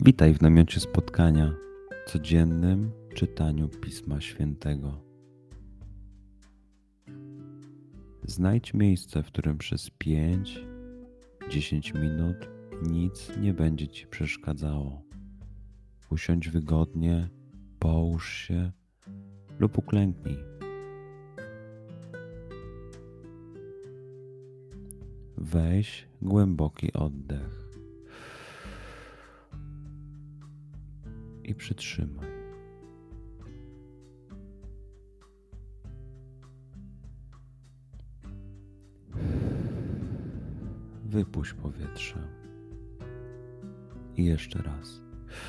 Witaj w namiocie spotkania, codziennym czytaniu Pisma Świętego. Znajdź miejsce, w którym przez 5-10 minut nic nie będzie Ci przeszkadzało. Usiądź wygodnie, połóż się lub uklęknij. Weź głęboki oddech i przytrzymaj. Wypuść powietrze. I jeszcze raz.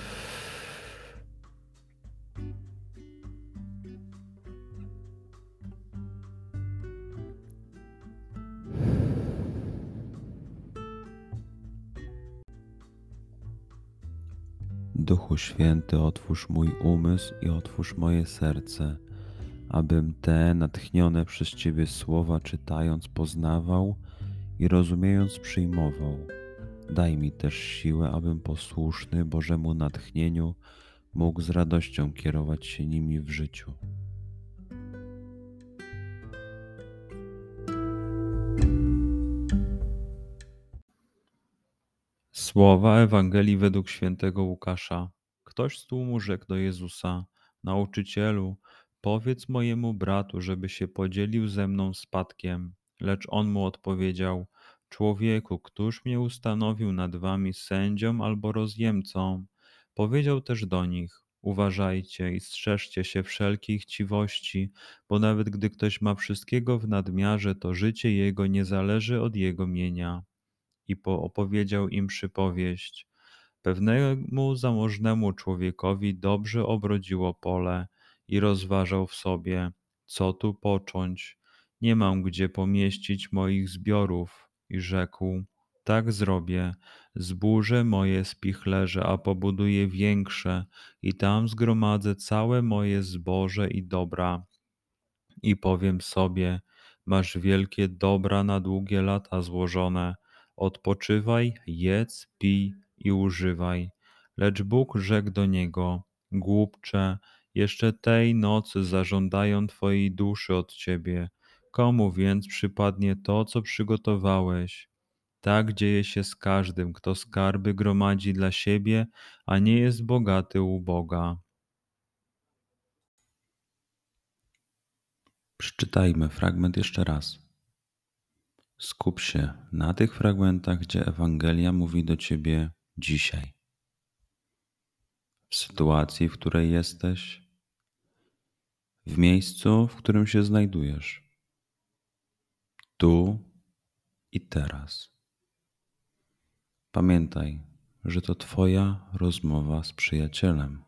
Duchu Święty, otwórz mój umysł i otwórz moje serce, abym te natchnione przez Ciebie słowa czytając poznawał i rozumiejąc przyjmował. Daj mi też siłę, abym posłuszny Bożemu natchnieniu mógł z radością kierować się nimi w życiu. Słowa Ewangelii według świętego Łukasza. Ktoś z tłumu rzekł do Jezusa: Nauczycielu, powiedz mojemu bratu, żeby się podzielił ze mną spadkiem. Lecz on mu odpowiedział: Człowieku, któż mnie ustanowił nad wami sędzią albo rozjemcą? Powiedział też do nich: Uważajcie i strzeżcie się wszelkiej chciwości, bo nawet gdy ktoś ma wszystkiego w nadmiarze, to życie jego nie zależy od jego mienia. I opowiedział im przypowieść. Pewnemu zamożnemu człowiekowi dobrze obrodziło pole i rozważał w sobie, co tu począć. Nie mam gdzie pomieścić moich zbiorów. I rzekł, tak zrobię, zburzę moje spichlerze, a pobuduję większe i tam zgromadzę całe moje zboże i dobra. I powiem sobie, masz wielkie dobra na długie lata złożone, odpoczywaj, jedz, pij i używaj. Lecz Bóg rzekł do niego, głupcze, jeszcze tej nocy zażądają twojej duszy od ciebie. Komu więc przypadnie to, co przygotowałeś? Tak dzieje się z każdym, kto skarby gromadzi dla siebie, a nie jest bogaty u Boga. Przeczytajmy fragment jeszcze raz. Skup się na tych fragmentach, gdzie Ewangelia mówi do Ciebie dzisiaj. W sytuacji, w której jesteś, w miejscu, w którym się znajdujesz, tu i teraz. Pamiętaj, że to Twoja rozmowa z przyjacielem.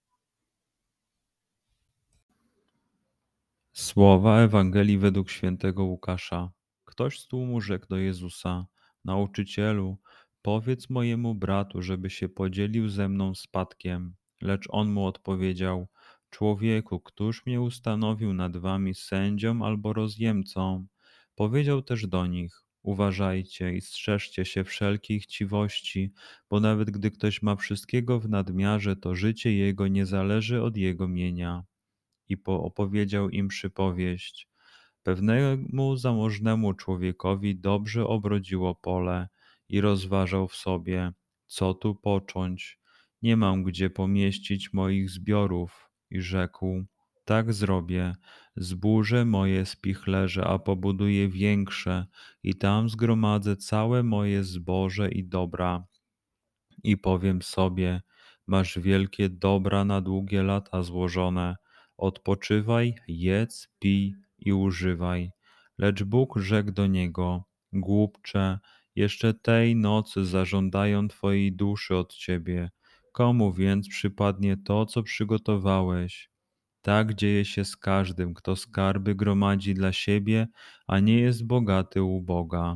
Słowa Ewangelii według świętego Łukasza. Ktoś z tłumu rzekł do Jezusa: Nauczycielu, powiedz mojemu bratu, żeby się podzielił ze mną spadkiem. Lecz on mu odpowiedział: Człowieku, któż mnie ustanowił nad wami sędzią albo rozjemcą? Powiedział też do nich: Uważajcie i strzeżcie się wszelkiej chciwości, bo nawet gdy ktoś ma wszystkiego w nadmiarze, to życie jego nie zależy od jego mienia. I opowiedział im przypowieść. Pewnemu zamożnemu człowiekowi dobrze obrodziło pole i rozważał w sobie, co tu począć. Nie mam gdzie pomieścić moich zbiorów. I rzekł, tak zrobię, zburzę moje spichlerze, a pobuduję większe i tam zgromadzę całe moje zboże i dobra. I powiem sobie, masz wielkie dobra na długie lata złożone, odpoczywaj, jedz, pij i używaj. Lecz Bóg rzekł do niego, głupcze, jeszcze tej nocy zażądają twojej duszy od ciebie. Komu więc przypadnie to, co przygotowałeś? Tak dzieje się z każdym, kto skarby gromadzi dla siebie, a nie jest bogaty u Boga.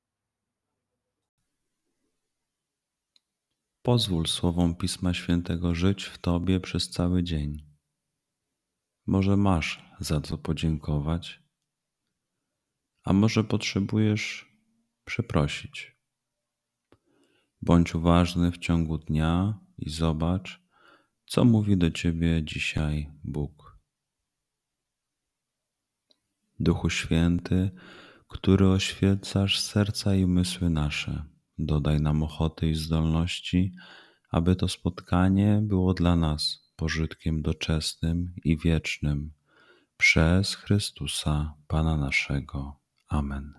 Pozwól słowom Pisma Świętego żyć w Tobie przez cały dzień. Może masz za co podziękować, a może potrzebujesz przeprosić. Bądź uważny w ciągu dnia i zobacz, co mówi do ciebie dzisiaj Bóg. Duchu Święty, który oświecasz serca i umysły nasze, dodaj nam ochoty i zdolności, aby to spotkanie było dla nas pożytkiem doczesnym i wiecznym. Przez Chrystusa, Pana naszego. Amen.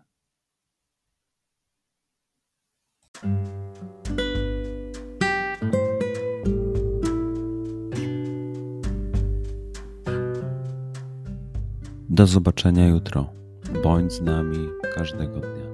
Do zobaczenia jutro. Bądź z nami każdego dnia.